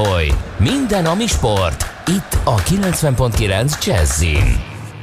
Ahoy! Minden, ami sport. Itt a 90.9 Jazzin.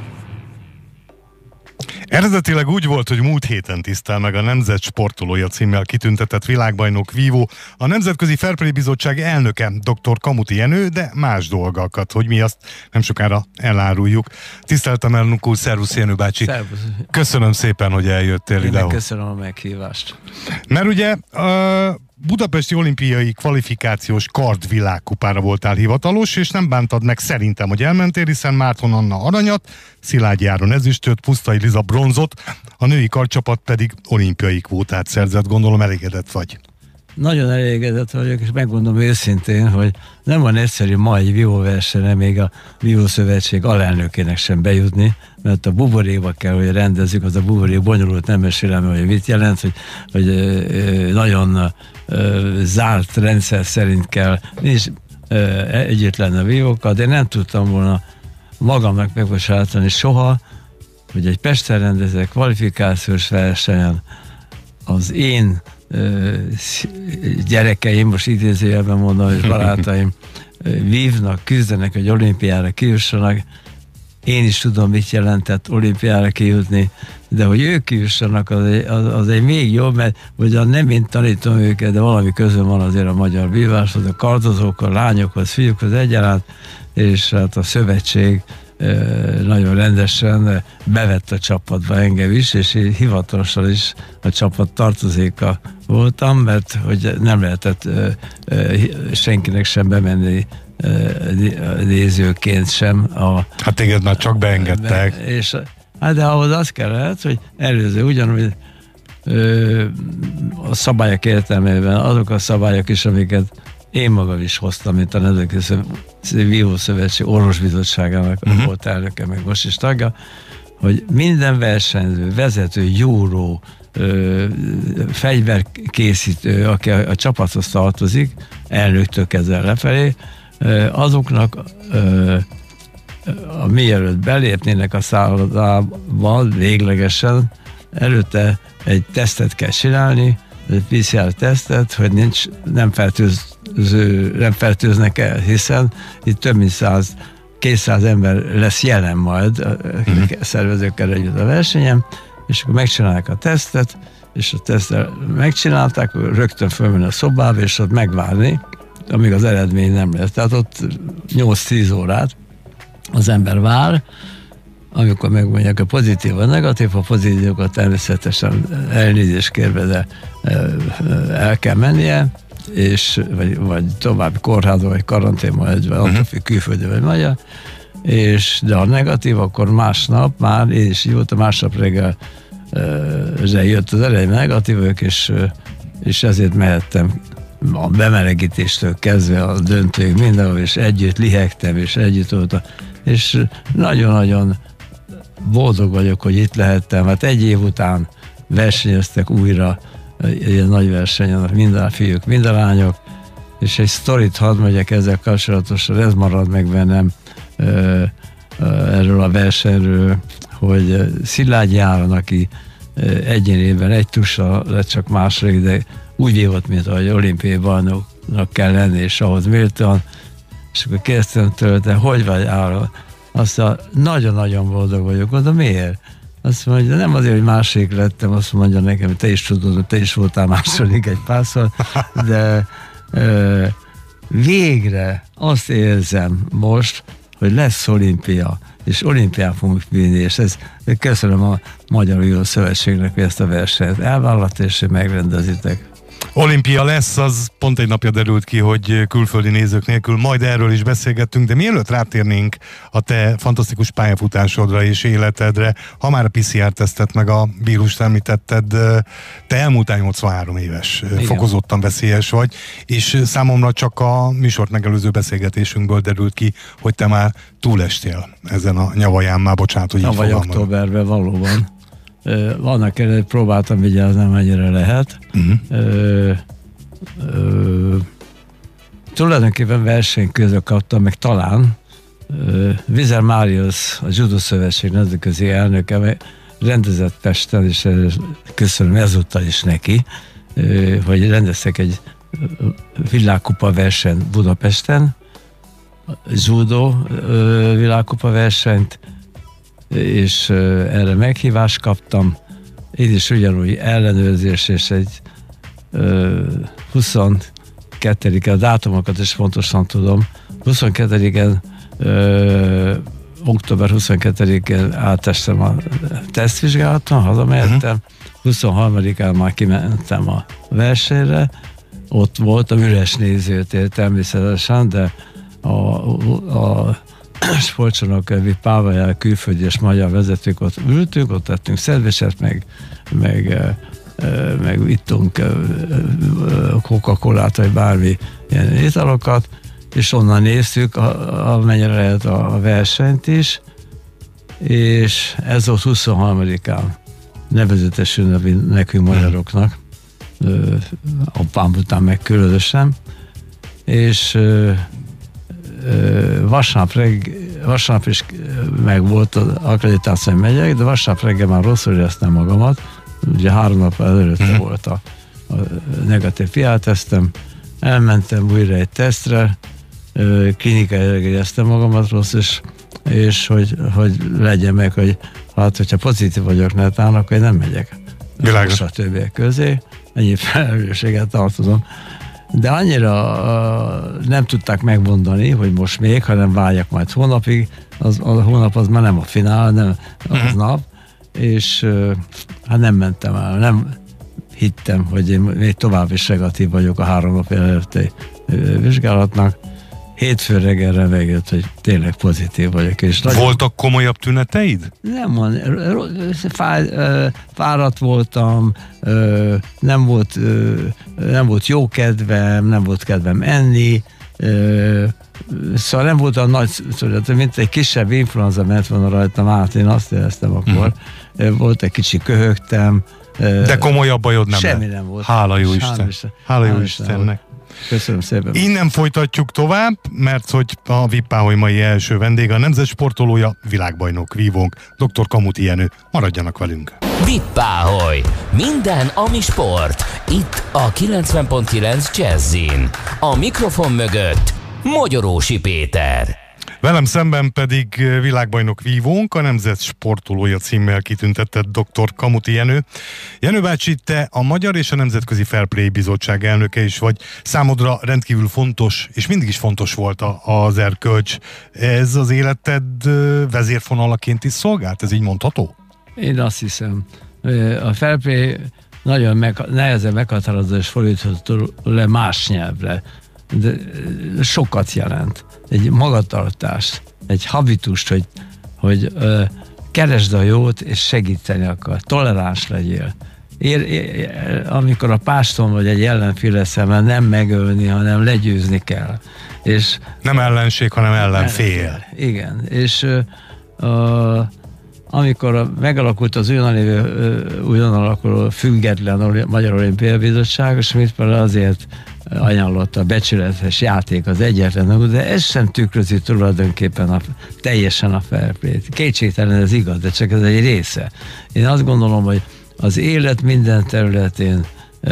Eredetileg úgy volt, hogy múlt héten tisztel meg a Nemzet Sportolója címmel kitüntetett világbajnok vívó, a Nemzetközi Fair Play Bizottság elnöke, dr. Kamuti Jenő, de más dolgokat, hogy mi azt nem sokára eláruljuk. Tiszteltem elnök úr, szervusz Jenő bácsi. Szervusz. Köszönöm szépen, hogy eljöttél ide. Köszönöm a meghívást. Mert ugye Budapesti Olimpiai Kvalifikációs Kardvilágkupára voltál hivatalos, és nem bántad meg szerintem, hogy elmentél, hiszen Márton Anna aranyat, Szilágyi Áron ezüstöt, Pusztai Liza bronzot, a női kardcsapat pedig olimpiai kvótát szerzett. Gondolom elégedett vagy. Nagyon elégedett vagyok, és megmondom őszintén, hogy nem van egyszerű ma egy vívóversenyre még a Vívószövetség alelnökének sem bejutni, mert a buborékba kell, hogy rendezzük, az a buborék bonyolult, nem mesélem, hogy mit jelent, hogy nagyon zárt rendszer szerint kell, nincs együtt lenne a vívókkal, de nem tudtam volna magamnak megbocsátani soha, hogy egy Pesten rendezett kvalifikációs versenyen az én gyerekeim, most idézőjelben mondom, hogy barátaim vívnak, küzdenek, hogy olimpiára kijussanak. Én is tudom, mit jelentett olimpiára kijutni, de hogy ők kijussanak, az egy még jobb, mert ugyan nem én tanítom őket, de valami közön van azért a magyar víváshoz, a kardozókhoz, a lányokhoz, fiúkhoz egyaránt, és hát a szövetség nagyon rendesen bevett a csapatba engem is, és én hivatalosan is a csapat tartozéka voltam, mert hogy nem lehetett senkinek sem bemenni nézőként sem. Hát téged már csak beengedtek. De ahhoz az kellett, hogy előző ugyanúgy a szabályok értelmében azok a szabályok is, amiket én magam is hoztam, mint a Nemzetközi Vívószövetség Orvosbizottságának volt elnöke, meg most is tagja, hogy minden versenyző, vezető, júró, fegyverkészítő, aki a csapathoz tartozik, elnöktől kezdve lefelé, azoknak mielőtt belépnének a szállodába véglegesen, előtte egy tesztet kell csinálni, egy PCR tesztet, hogy nem fertőznek el, hiszen itt több mint 200 ember lesz jelen majd a szervezőkkel együtt a versenyen, és akkor megcsinálják a tesztet, és a tesztet megcsinálták, rögtön fölmenni a szobába, és ott megvárni, amíg az eredmény nem lesz. Tehát ott 8-10 órát az ember vár, amikor megmondják a pozitív, a negatív, a pozitívokat természetesen elnézést kérve, de el kell mennie, és, vagy további kórházba, vagy karanténba, attól függ, külföldi vagy magyar, de a negatív, akkor másnap már, én is így voltam, másnap reggel jött az elején negatívok, és ezért mehettem a bemelegítéstől kezdve a döntőig mindenhol, és együtt lihegtem, és együtt voltam, és nagyon-nagyon boldog vagyok, hogy itt lehettem, hát egy év után versenyeztek újra ilyen nagy versenyen, minden a fiúk, minden a lányok, és egy sztorit hadd megyek ezzel kapcsolatosan, ez marad meg bennem erről a versenyről, hogy Szilágyi Áron, aki egyénében egy tussal lett csak második, de úgy vívott, mint ahogy olimpiai bajnoknak kell lenni, és ahhoz méltóan, és akkor kérdeztem tőle, hogy vagy Áron? Aztán nagyon-nagyon boldog vagyok. Mondom, miért? Azt mondja, nem azért, hogy második lettem, azt mondja nekem, te is tudod, te is voltál második egy párszor, de végre azt érzem most, hogy lesz olimpia, és olimpián fogunk vinni, és köszönöm a Magyar Vívó Szövetségnek, hogy ezt a versenyt elvállalt, és megrendezitek. Olimpia lesz, az pont egy napja derült ki, hogy külföldi nézők nélkül, majd erről is beszélgettünk, de mielőtt rátérnénk a te fantasztikus pályafutásodra és életedre, ha már a PCR-tesztet meg a vírust említetted, te elmúltál 83 éves, igen. Fokozottan veszélyes vagy, és számomra csak a műsort megelőző beszélgetésünkből derült ki, hogy te már túlestél ezen a nyavaján, már bocsánat, hogy így fogalmazom. Októberben valóban. Vannak erre, próbáltam vigyázni, mennyire lehet. Tulajdonképpen verseny közül kaptam, meg talán Vizer Máriusz, a Judo Szövetség nemzetközi elnöke rendezett Pesten, és köszönöm ezúttal is neki, hogy rendeztek egy világkupa verseny Budapesten, judo világkupa versenyt, és erre meghívást kaptam. Én is ugyanúgy ellenőrzés, és egy 22-en, a dátumokat is pontosan tudom, 22-en, október 22-en átestem a tesztvizsgálaton, hazamehettem, 23-án már kimentem a versenyre, ott voltam üres nézőtér természetesen, de a sportcsarnok Pável külföldi és magyar vezetők ott ültünk, ott tettünk szendvicset, meg ittunk Coca-Colát, vagy bármi ilyen italokat, és onnan néztük, amennyire lehet a versenyt is, és ez volt 23-án nevezetes ünnep nekünk magyaroknak, apám után meg különösen, és vasárnap is meg volt az akkreditáció, hogy megyek, de vasárnap reggel már rosszul éreztem magamat, ugye 3 nap előtte volt a negatív fiáltesztem, elmentem újra egy tesztre, klinikai éreztem magamat rossz, és hogy legyen meg, hogy hát, hogyha pozitív vagyok netán, akkor én nem megyek. Világos. A többiek közé, ennyi felelősséget tartozom. De annyira nem tudták megmondani, hogy most még, hanem várjak majd hónapig, a hónap az már nem a finál, nem az nap, és hát nem mentem el, nem hittem, hogy én még tovább is negatív vagyok a 3 nap előtti vizsgálatnak. Hétfő reggelre megjött, hogy tényleg pozitív vagyok. És voltak komolyabb tüneteid? Nem van. Fáradt voltam, nem volt jó kedvem, nem volt kedvem enni, szóval nem volt a nagy, mint egy kisebb influenza ment volna rajtam át, én azt éreztem akkor. Volt egy kicsi köhögtem. De komolyabb bajod nem semmi nem volt. Hála jó Isten. Hála jó Istennek. Köszönöm szépen. Innen folytatjuk tovább, mert hogy a Vippáholy mai első vendége, a nemzet sportolója, világbajnok, vívónk, dr. Kamuti Jenő. Maradjanak velünk. Vippáholy. Minden, ami sport. Itt a 90.9 Jazzin. A mikrofon mögött Mogyorósi Péter. Velem szemben pedig világbajnok vívónk, a nemzet sportolója címmel kitüntetett dr. Kamuti Jenő. Jenő bácsi, te a Magyar és a Nemzetközi Fair Play Bizottság elnöke is vagy. Számodra rendkívül fontos, és mindig is fontos volt az erkölcs. Ez az életed vezérfonalaként is szolgált? Ez így mondható? Én azt hiszem. A Fair Play nagyon nehezen meghatározó és fordítható le más nyelvre. De sokat jelent. Egy magatartást, egy habitust, hogy keresd a jót, és segíteni akar. Toleráns legyél. Amikor a páston vagy egy ellenféle szemben nem megölni, hanem legyőzni kell. És nem ellenség, hanem ellenfél. Igen. És amikor megalakult az újonnan alakuló független Magyar Olimpiai Bizottság, és mit azért ajánlott a becsületes játék az egyetlen, de ez sem tükrözi tulajdonképpen teljesen a fair play-t. Kétségtelen ez igaz, de csak ez egy része. Én azt gondolom, hogy az élet minden területén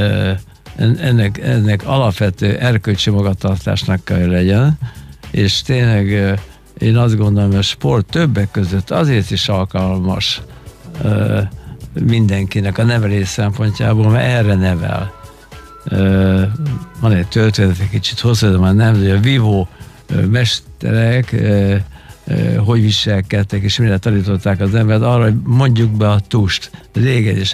ennek alapvető erkölcsi magatartásnak kell legyen, és tényleg én azt gondolom, hogy a sport többek között azért is alkalmas mindenkinek a nevelés szempontjából, mert erre nevel. Van egy történet, egy kicsit hosszú, de már nem, hogy a vívó mesterek hogy viselkedtek, és mire tanították az embert arra, hogy mondjuk be a tust. Régen is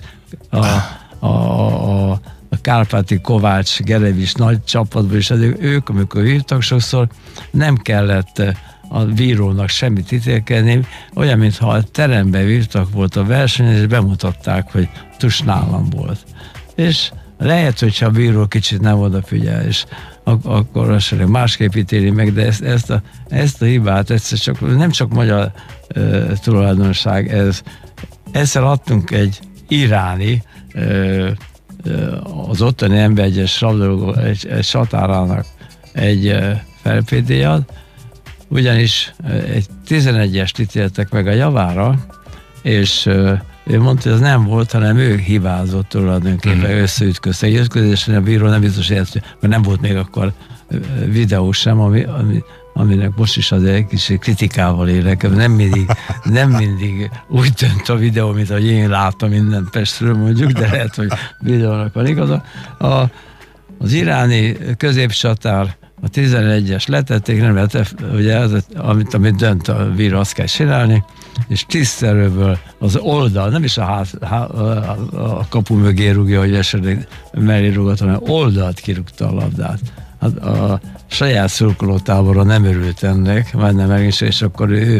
a Kárpáti Kovács, Gerevis nagy csapatban is, ők, amikor vívtak, sokszor nem kellett a vírónak semmit ítélkedni, olyan, mintha a teremben vívtak volt a verseny, és bemutatták, hogy tus nálam volt. És lehet, hogyha a bíró kicsit nem odafigyel, és akkor esetleg másképp ítéli meg, de ezt a hibát nem csak magyar tulajdonság, ezzel adtunk egy iráni az ottani NB1-es labdarúgó egy satárának egy felpédéjat, ugyanis egy 11-est ítéltek meg a javára, és ő mondta, hogy ez nem volt, hanem ő hibázott tulajdonképpen, összeütköztek. Egy ütközésen a bíró nem biztos ért, mert nem volt még akkor videó sem, aminek most is azért egy kicsit kritikával élek, nem mindig úgy dönt a videó, mint ahogy én láttam mindent Pestről mondjuk, de lehet, hogy videónak van igaza. Az iráni középcsatár a 11-es letették, nem lehet, ugye amit dönt a bíró, azt kell csinálni, és tisztelőből az oldal, nem is a kapu mögé rúgja, hogy esetleg mellé rúgott, hanem oldalt kirúgta a labdát. Hát a saját szurkolótábora nem örült ennek, majdnem meg is, és akkor ő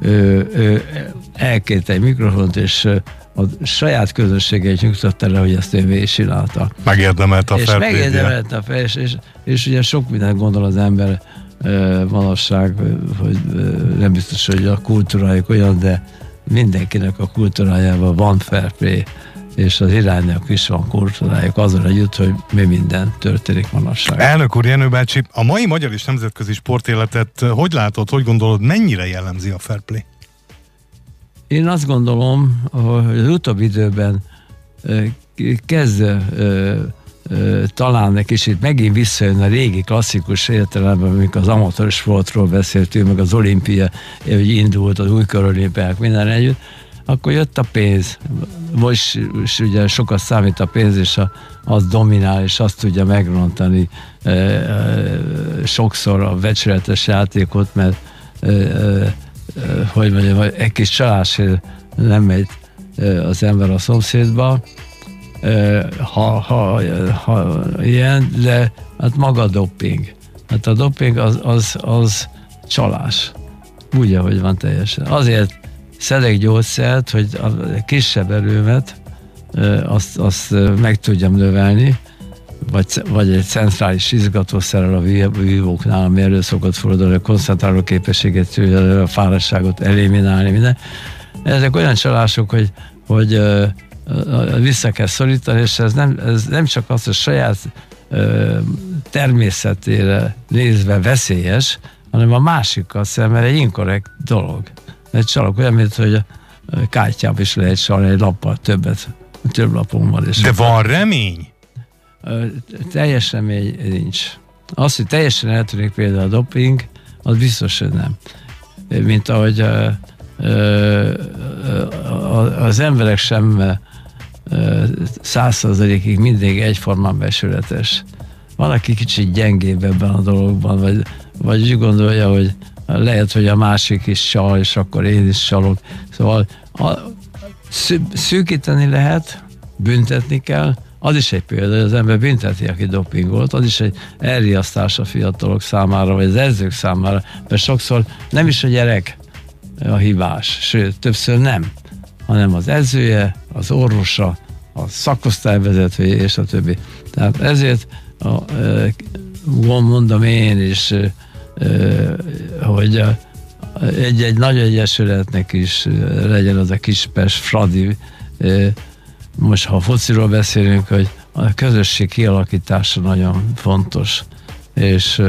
elkérte egy mikrofont, és a saját közösségeit nyugtatta le, hogy ezt ő csinálta. Megérdemelte a fair play-t. És megérdemelte a fair, és ugye sok mindent gondol az ember manapság, hogy nem biztos, hogy a kultúrájuk olyan, de mindenkinek a kultúrájában van fair play, és az iránynak is van kultúrájuk azon együtt, hogy mi minden történik manapság. Elnök úr, Jenő bácsi, a mai magyar és nemzetközi sportéletet hogy látod, hogy gondolod, mennyire jellemzi a fair play? Én azt gondolom, hogy az utóbbi időben kezd talán egy kicsit megint visszajön a régi klasszikus értelemben, amikor az amatőr sportról beszéltünk, meg az olimpia, hogy indult az újkor olimpiák, minden együtt, akkor jött a pénz. Most ugye sokat számít a pénz, és az dominál, és azt tudja megrontani sokszor a becsületes játékot, mert hogy mondjam, egy kis csalásért nem megy az ember a szomszédba, ha ilyen, de hát maga a doping. Hát a doping az csalás. Úgy, ahogy van teljesen. Azért szedek gyógyszert, hogy a kisebb erőmet azt meg tudjam növelni, vagy egy centrális izgatószerrel a vívóknál, ami elő szokott fordulni, a koncentráló képességet, a fáradtságot eliminálni, minden. Ezek olyan csalások, hogy vissza kell szorítani, és ez nem csak az, hogy saját természetére nézve veszélyes, hanem a másikkal szemben egy inkorrekt dolog. Egy csalok olyan, mint hogy kártyában is lehet csalni egy lappal több lapon van. De van remény? Teljes remény nincs. Az, hogy teljesen eltűnik például a doping, az biztos, hogy nem. Mint ahogy az emberek sem 100%-ig mindig egyformán becsületes. Van, aki kicsit gyengébb ebben a dologban, vagy úgy gondolja, hogy lehet, hogy a másik is csal, és akkor én is csalok. Szóval szűkíteni lehet, büntetni kell. Az is egy példa, hogy az ember bünteti, aki dopingolt, az is egy elriasztás a fiatalok számára, vagy az edzők számára, mert sokszor nem is a gyerek a hibás, sőt, többször nem, hanem az edzője, az orvosa, a szakosztályvezetője, és a többi. Tehát ezért mondom én is, hogy egy nagy egyesületnek is legyen az a Kispest, Fradi, most ha a fociról beszélünk, hogy a közösség kialakítása nagyon fontos, és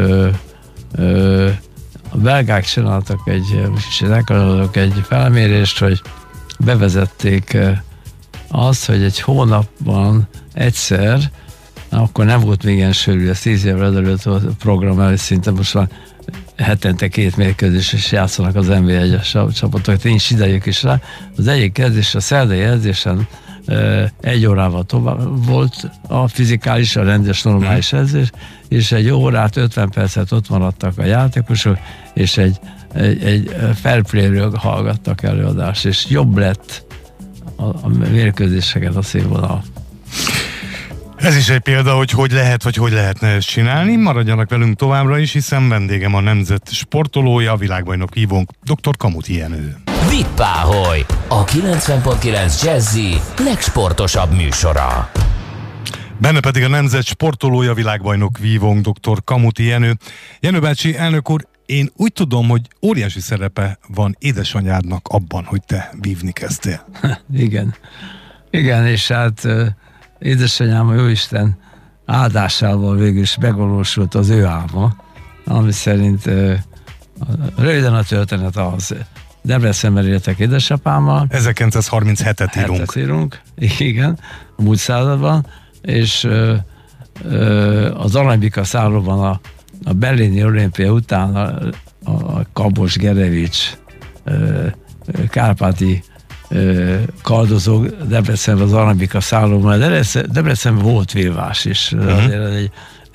a belgák csináltak egy felmérést, hogy bevezették azt, hogy egy hónapban egyszer, akkor nem volt még ilyen sűrű, ez 10 évvel ezelőtt a program előtt, szinte most már hetente 2 mérkőzés is játszanak az NB1-es csapatok, nincs idejük is rá. Az egyik edzés, a szerdai edzésen 1 órával tovább volt a fizikális, a rendes, normális edzés, és 1 órát, 50 percet ott maradtak a játékosok, és egy fair play-ről hallgattak előadást, és jobb lett a mérkőzéseket a színvonal. Ez is egy példa, hogy lehet, vagy hogy lehetne ezt csinálni. Maradjanak velünk továbbra is, hiszen vendégem a nemzet sportolója, a világbajnok hívónk, dr. Kamuti Jenő. Vippáholy, a 90.9 Jazzy legsportosabb műsora. Benne pedig a nemzet sportolója, világbajnok vívónk, dr. Kamuti Jenő. Jenő bácsi, elnök úr, én úgy tudom, hogy óriási szerepe van édesanyádnak abban, hogy te vívni kezdtél. Igen, és hát édesanyám, a Jóisten áldásával végül is megvalósult az ő álma, ami szerint röviden a történet az, Debrecenben éltek édesapámmal. 1937-et írunk. Igen, a múlt században, és az Aranybika szállóban a berlini olimpia után a Kabos Gerevics kárpáti kardozó Debrecenben az Aranybika szállóban. Debrecenben volt vívás is. Azért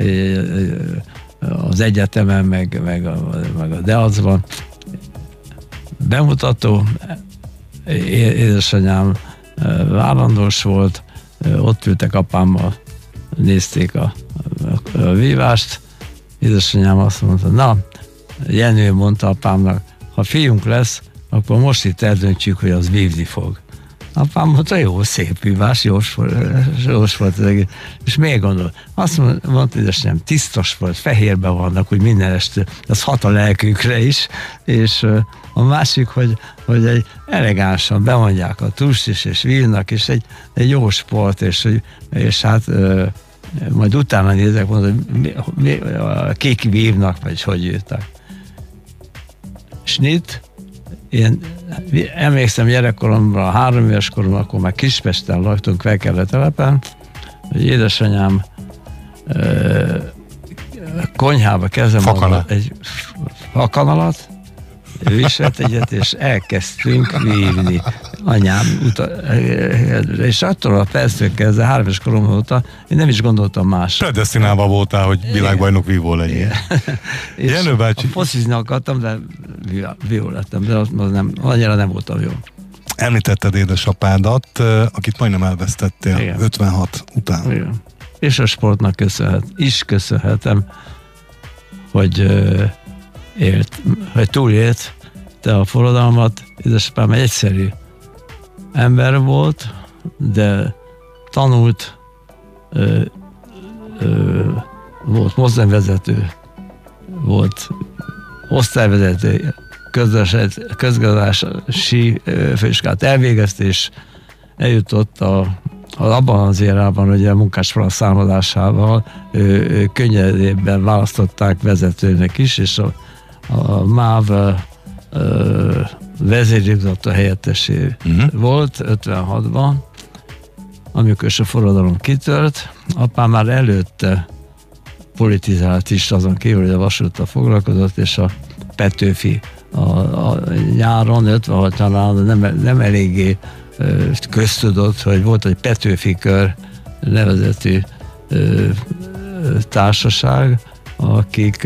az egyetemen, meg a Deacban. Bemutató, édesanyám várandós volt, ott ültek apámmal, nézték a vívást. Édesanyám azt mondta, na, Jenő mondta apámnak, ha fiunk lesz, akkor most itt eldöntjük, hogy az vívni fog. Apám mondta, jó, szép vívás, jós volt. És még gondol? Azt mondta, édesanyám, tisztos volt, fehérben vannak, úgy minden este, az hat a lelkükre is, és a másik, hogy egy elegánsan bemondják a tust is, és vívnak, és egy jó sport, és hát majd utána nézek, mondom, hogy kik vívnak, vagy hogy írtak. Snit, én emlékszem gyerekkoromban, 3 éves koromban, akkor már Kispesten laktunk, Vekerletelepen, hogy édesanyám konyhába kezem egy fakanalat, viselt egyet, és elkezdtünk vívni. Anyám és attól a perctől kezdve, 3 éves korom óta, én nem is gondoltam másra. Predesztinálva voltál, hogy világbajnok vívó legyél. Jenő bácsi. Focizni akartam, de vívó lettem, de annyira nem voltam jó. Említetted édesapádat, akit majdnem elvesztettél. Igen. 56 után. Igen. És a sportnak köszönhetem, hogy hogy túlélt te a forradalmat. Édesapám egy egyszerű ember volt, de tanult, volt mozdonyvezető, volt osztályvezető, közgazdási főiskolát elvégezte, és eljutott abban az érában, hogy a munkásfalak számadásával könnyedében választották vezetőnek is, és a MÁV vezérigazgató helyettesé volt 56-ban, amikor a forradalom kitört. Apám már előtte politizált is, azon kívül, hogy a vasúttal foglalkozott, és a Petőfi a nyáron, 56 nyarán nem eléggé köztudott, hogy volt egy Petőfi kör nevezetű társaság, akik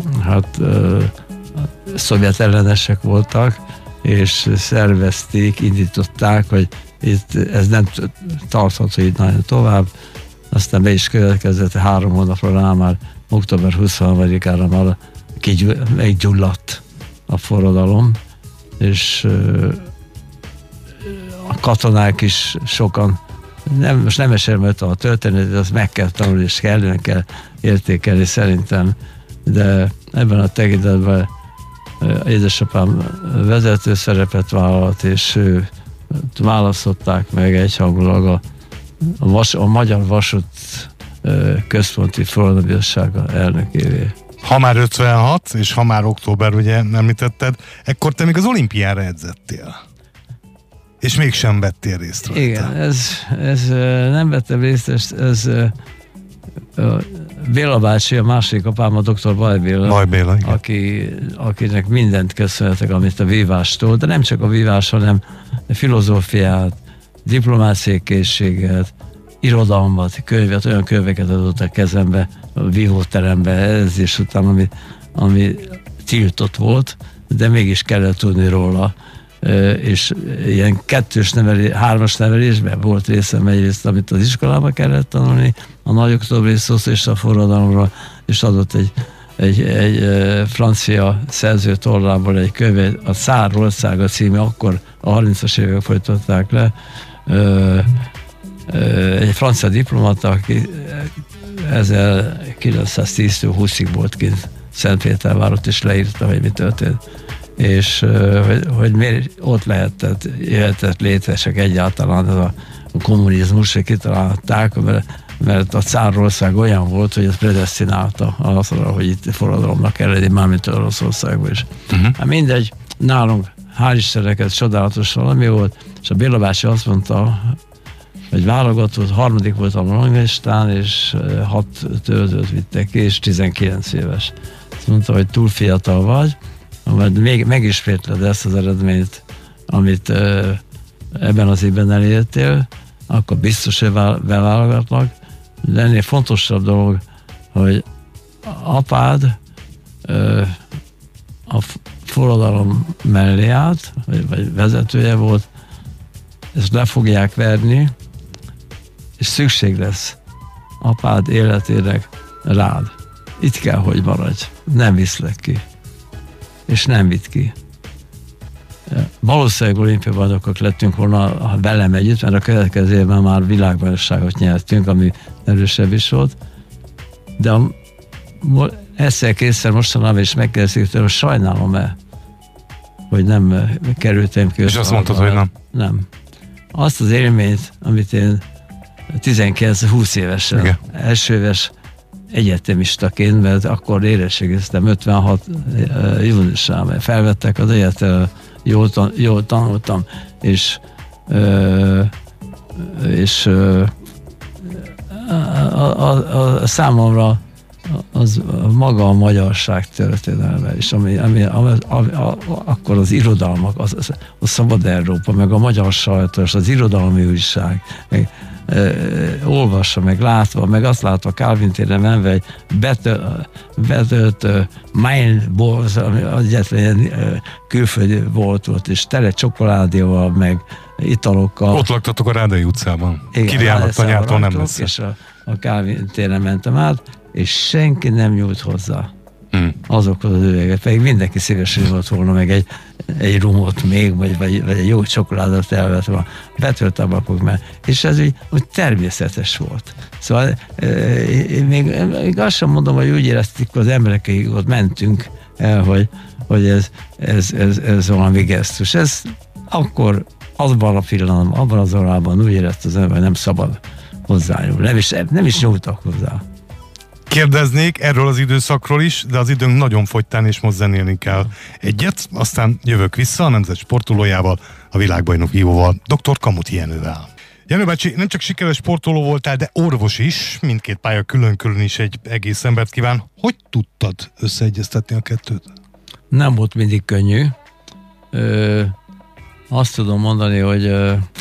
szovjet ellenesek voltak, és szervezték, indították, hogy itt ez nem tartható itt nagyon tovább. Aztán be is következett 3 hónapra rá, már október 23-ára már meggyulladt a forradalom, és a katonák is sokan, most nem esermelt a történetet, azt meg kell tanulni, és kellően kell értékelni szerintem, de ebben a tekintetben édesapám vezető szerepet vállalt, és választották meg egyhangulag a Magyar Vasút Központi Forradalombizottsága elnökévé. Ha már 56, és ha már október, ugye említetted, ekkor te még az olimpiára edzettél. És mégsem vettél részt rajta. Igen, ez nem vettem részt, ez Béla bácsi, a másik apám, a dr. Baj Béla, akinek mindent köszönhetek, amit a vívástól, de nem csak a vívás, hanem a filozófiát, diplomáciai készséget, irodalmat, könyvet, olyan könyveket adott a kezembe, a vívóterembe, ez is után, ami tiltott volt, de mégis kellett tudni róla. És ilyen 3-as nevelésben volt részem egyrészt, amit az iskolában kellett tanulni, a nagy októberi szósz és a forradalomra, és adott egy francia szerző tollából egy könyvet, a Czár Országa című, akkor a 30-as évek folytatták le, egy francia diplomata, aki 1910-20-ig volt kint Szentpétervárot, és leírta, hogy mi történt. És hogy miért ott jöhetett létre csak egyáltalán ez a kommunizmus, hogy kitalálták, mert a Cárország olyan volt, hogy ez predesztinálta arra, hogy itt forradalomnak kell lenni, mármint Oroszországban is. Hát mindegy, nálunk hál' Istennek csodálatos valami volt, és a Béla bácsi azt mondta, hogy válogatott, harmadik volt a ranglistán, és 6 töltőt vittek ki, és 19 éves. Azt mondta, hogy túl fiatal vagy, majd még megismétled ezt az eredményt, amit ebben az évben elértél, akkor biztos, hogy beválogatnak. De ennél fontosabb dolog, hogy apád a forradalom mellé állt, vagy vezetője volt, ezt le fogják verni, és szükség lesz apád életének rád. Itt kell, hogy maradj. Nem viszlek ki. És nem vitt ki. Valószínűleg olimpiai bajnokok lettünk volna velem együtt, mert a következő évben már világbajnokságot nyertünk, ami erősebb is volt. De egyszer-kétszer mostanában is megkérdezik tőle, hogy sajnálom-e, hogy nem kerültem ki. És azt mondtad, hogy nem? Nem. Azt az élményt, amit én 19-20 évesen, igen, első éves egyetemistaként, mert akkor érettségiztem 56 júniusában, felvettek az egyetemre, jól tanultam, és a számomra az maga a magyarság történelme, és akkor az irodalmak, a Szabad Európa, meg a magyar sajtó, és az irodalmi újság, meg olvassa, meg látva, meg azt látva Kálvin téren menve egy betölt Mainz, ami egyetlen külföldi volt, és tele csokoládéval, meg italokkal. Ott laktatok a Rádai utcában. Kiriának tanyától nem lesz. És a Kálvin téren mentem át, és senki nem nyújt hozzá azokhoz az üvegek, pedig mindenki szívesen volt volna meg egy rumot még, vagy egy jó csokoládot elvett volna, betölt tabakok, és ez úgy természetes volt. Szóval még azt sem mondom, hogy úgy éreztük, az emberekig ott mentünk el, hogy ez valami gesztus. Ez akkor abban a pillanatban, abban az órában úgy érezte az ember, hogy nem szabad hozzányúlni. Nem is nyúltak hozzá. Kérdeznék erről az időszakról is, de az időnk nagyon fogytán, és most zenélni kell egyet, aztán jövök vissza a nemzet sportolójával, a világbajnok vívóval, dr. Kamuth Jenővel. Jenő bácsi, nem csak sikeres sportoló voltál, de orvos is, mindkét pálya külön-külön is egy egész embert kíván. Hogy tudtad összeegyeztetni a kettőt? Nem volt mindig könnyű. Azt tudom mondani, hogy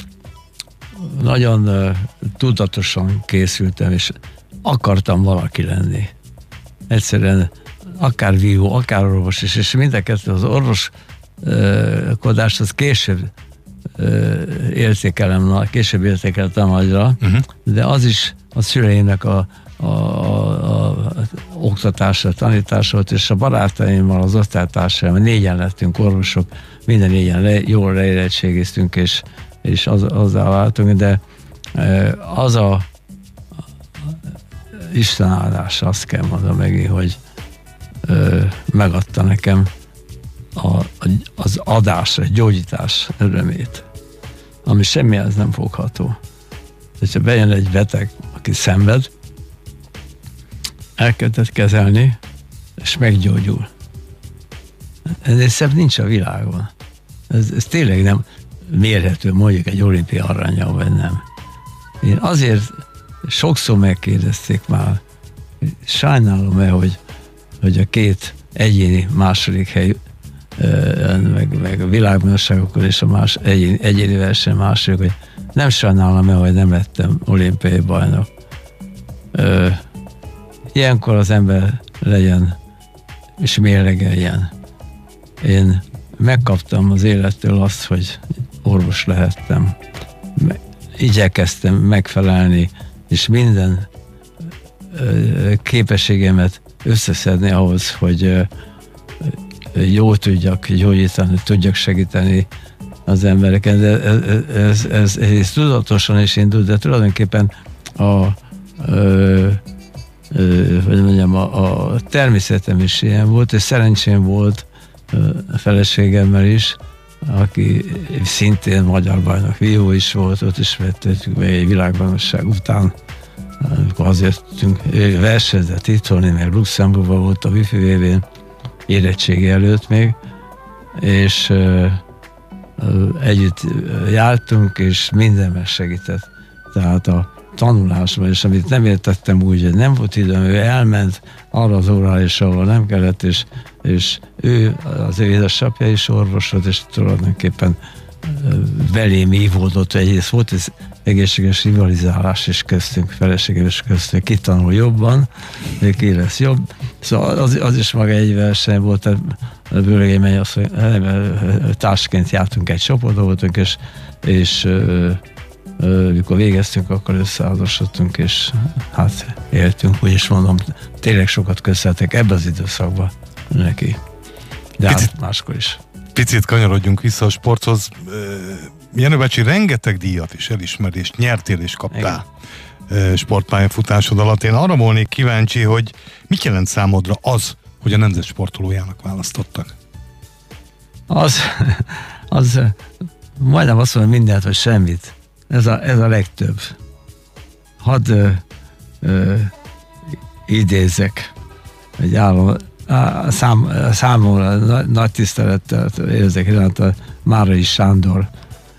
nagyon tudatosan készültem, és akartam valaki lenni. Egyszerűen akár vívó, akár orvos is, és mind a kettő az orvoskodást az később értékeltem nagyra, de az is a szüleimnek a oktatása, tanítása volt, és a barátaimmal, az osztálytársaim, 4-en lettünk orvosok, minden 4-en jól leérettségiztünk, és azzal váltunk, de az a Isten áldása, azt kell mondani megint, hogy megadta nekem az adás, a gyógyítás örömét, ami semmihez nem fogható. Hogyha bejön egy beteg, aki szenved, elkezdett kezelni, és meggyógyul. Ennél szebb nincs a világon. Ez tényleg nem mérhető, mondjuk egy olimpia arannyal, vagy nem. Én azért sokszor megkérdezték már, sajnálom-e, hogy a két egyéni második hely, meg a világbajnokságokon és a egyéni verseny második, hogy nem sajnálom-e, hogy nem lettem olimpiai bajnok. Ilyenkor az ember legyen, és mérlegeljen. Én megkaptam az élettől azt, hogy orvos lehettem. Igyekeztem megfelelni, és minden képességemet összeszedni ahhoz, hogy jól tudjak gyógyítani, tudjak segíteni az embereken. De ez tudatosan is indult, de tulajdonképpen a természetem is ilyen volt, és szerencsém volt a feleségemmel is, aki szintén magyar bajnok vívó is volt, ott is vettük meg egy világbajnokság után, amikor azért versenyzett itthon, meg Luxemburgban volt a Wifi VB-n, érettségi előtt még, és együtt jártunk, és mindenben segített. Tehát a tanulásban, és amit nem értettem úgy, hogy nem volt időm, ő elment arra az órára is, ahol nem kellett, és ő, az ő édesapja is orvos volt, és tulajdonképpen velém ívódott, egyrészt volt ez egészséges rivalizálás is köztünk, feleséges köztünk, ki tanul jobban, ki lesz jobb. Szóval az is maga egy verseny volt, tehát Bőrögémely azt, hogy társként jártunk, egy csoportba voltunk, és mikor végeztünk, akkor összeházasodtunk, és hát éltünk, úgy is mondom, tényleg sokat köszönhetek ebben az időszakban neki. De hát máskor is. Picit kanyarodjunk vissza a sporthoz. Jenő bácsi, rengeteg díjat és elismerést nyertél és kaptál sportpályafutásod alatt. Én arra volnék kíváncsi, hogy mit jelent számodra az, hogy a nemzet sportolójának választottak? Az majdnem azt mondom mindent, hogy semmit. Ez a legtöbb. Hadd idézek egy számomra nagy tisztelettel érzek iránta Márai Sándor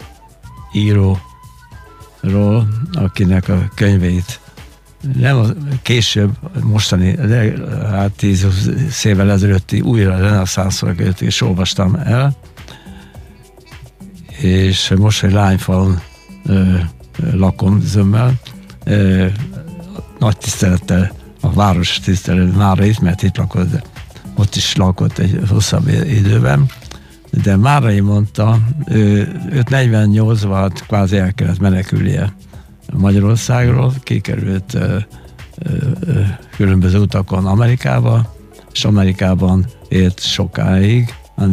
íróról, akinek a könyveit nem később, mostani, hát 10 évvel ezelőtti újra reneszánszra is olvastam el, és most, hogy Lányfalon lakom zömmel, nagy tisztelettel a város tisztelet Márait, mert itt lakott, de ott is lakott egy hosszabb időben, de Márai mondta, őt 48-ban kvázi el kellett menekülnie Magyarországról, kikerült különböző utakon Amerikába, és Amerikában élt sokáig,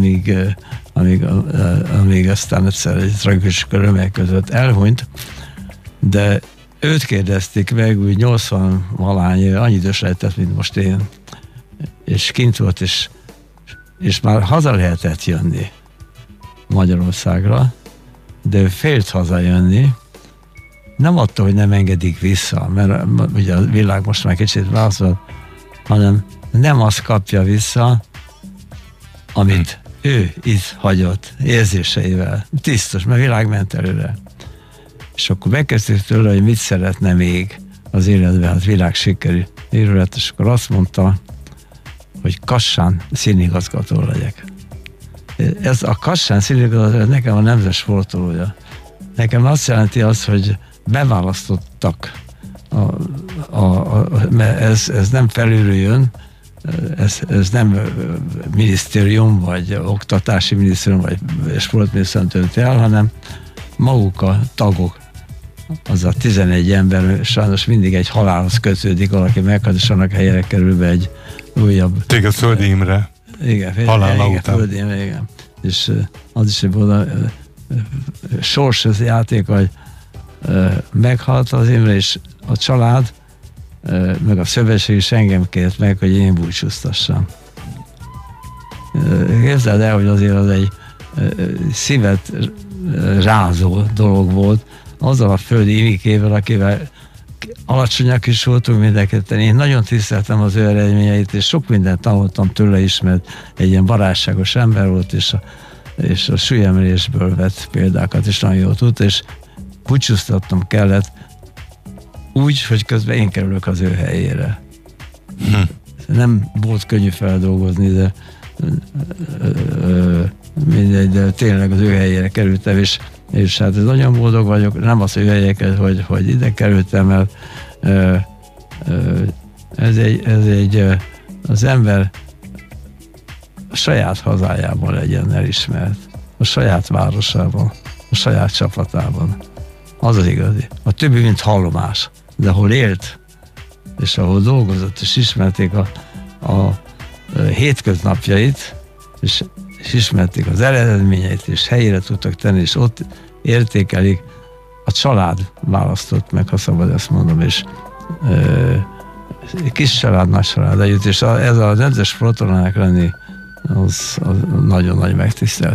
amíg aztán egyszer egy tragikus körülmények között elhunyt, de őt kérdezték meg, úgy 80-valány, annyi idős lehetett, mint most én, és kint volt, és már haza lehetett jönni Magyarországra, de ő félt hazajönni, nem attól, hogy nem engedik vissza, mert ugye a világ most már kicsit válaszolt, hanem nem azt kapja vissza, amit ő itt hagyott érzéseivel, tisztos, mert világ ment előre. És akkor megkezdték tőle, hogy mit szeretne még az életben, hát világ sikerű érület, és akkor azt mondta, hogy Kassán színigazgató legyek. Ez a Kassán színigazgató, nekem a nemzet sportolója. Nekem azt jelenti az, hogy beválasztottak, mert ez nem felülről jön, ez nem minisztérium, vagy oktatási minisztérium, vagy sportminisztérium tört el, hanem maguk a tagok, az a 11 ember, sajnos mindig egy halálhoz kötődik, valaki meghal, és annak helyére kerül be egy újabb... Téged Földi Imre. Igen, halála után. Földi Imre, igen. És az is egy sors ez játék, hogy meghalt az Imre, és a család, meg a szövetség is engem kért meg, hogy én búcsúztassam. Képzeld el, hogy azért az egy szívet rázó dolog volt, azzal a Földi Imikével, akivel alacsonyak is voltunk mindenketten. Én nagyon tiszteltem az ő eredményeit, és sok mindent tanultam tőle is, mert egy ilyen barátságos ember volt, és a súlyemelésből vett példákat is nagyon jól tudta, és búcsúztatnom kellett úgy, hogy közben én kerülök az ő helyére. Nem volt könnyű feldolgozni, de mindegy, de tényleg az ő helyére kerültem, és hát nagyon boldog vagyok, nem az ő helyeket, hogy ide kerültem, mert az ember a saját hazájában legyen elismert, a saját városában, a saját csapatában. Az az igazi. A többi, mint hallomás. De ahol élt, és ahol dolgozott, és ismerték a hétköznapjait, és ismerték az eredményeit, és helyére tudtak tenni, és ott értékelik, a család választott meg, ha szabad ezt mondom, és kis család, nagy család együtt, és ez a nemzet sportolónak lenni, az nagyon nagy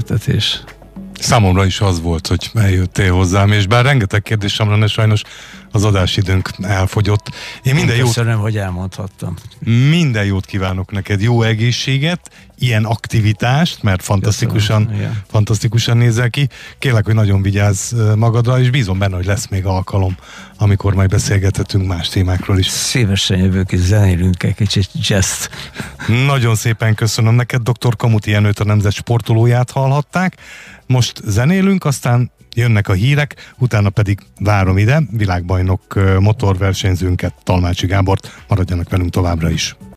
megtiszteltetés. Számomra is az volt, hogy eljöttél hozzám, és bár rengeteg kérdésem lenne, sajnos az adásidőnk elfogyott. Én köszönöm, hogy elmondhattam. Minden jót kívánok neked, jó egészséget, ilyen aktivitást, mert fantasztikusan nézel ki. Kérlek, hogy nagyon vigyázz magadra, és bízom benne, hogy lesz még alkalom, amikor majd beszélgethetünk más témákról is. Szívesen jövök, és zenélünk egy kicsit jazz. Nagyon szépen köszönöm neked, dr. Kamuti Jenőt, a Nemzet sportolóját hallhatták. Most zenélünk, aztán jönnek a hírek, utána pedig várom ide világbajnok motorversenyzőnket, Talmácsi Gábort. Maradjanak velünk továbbra is.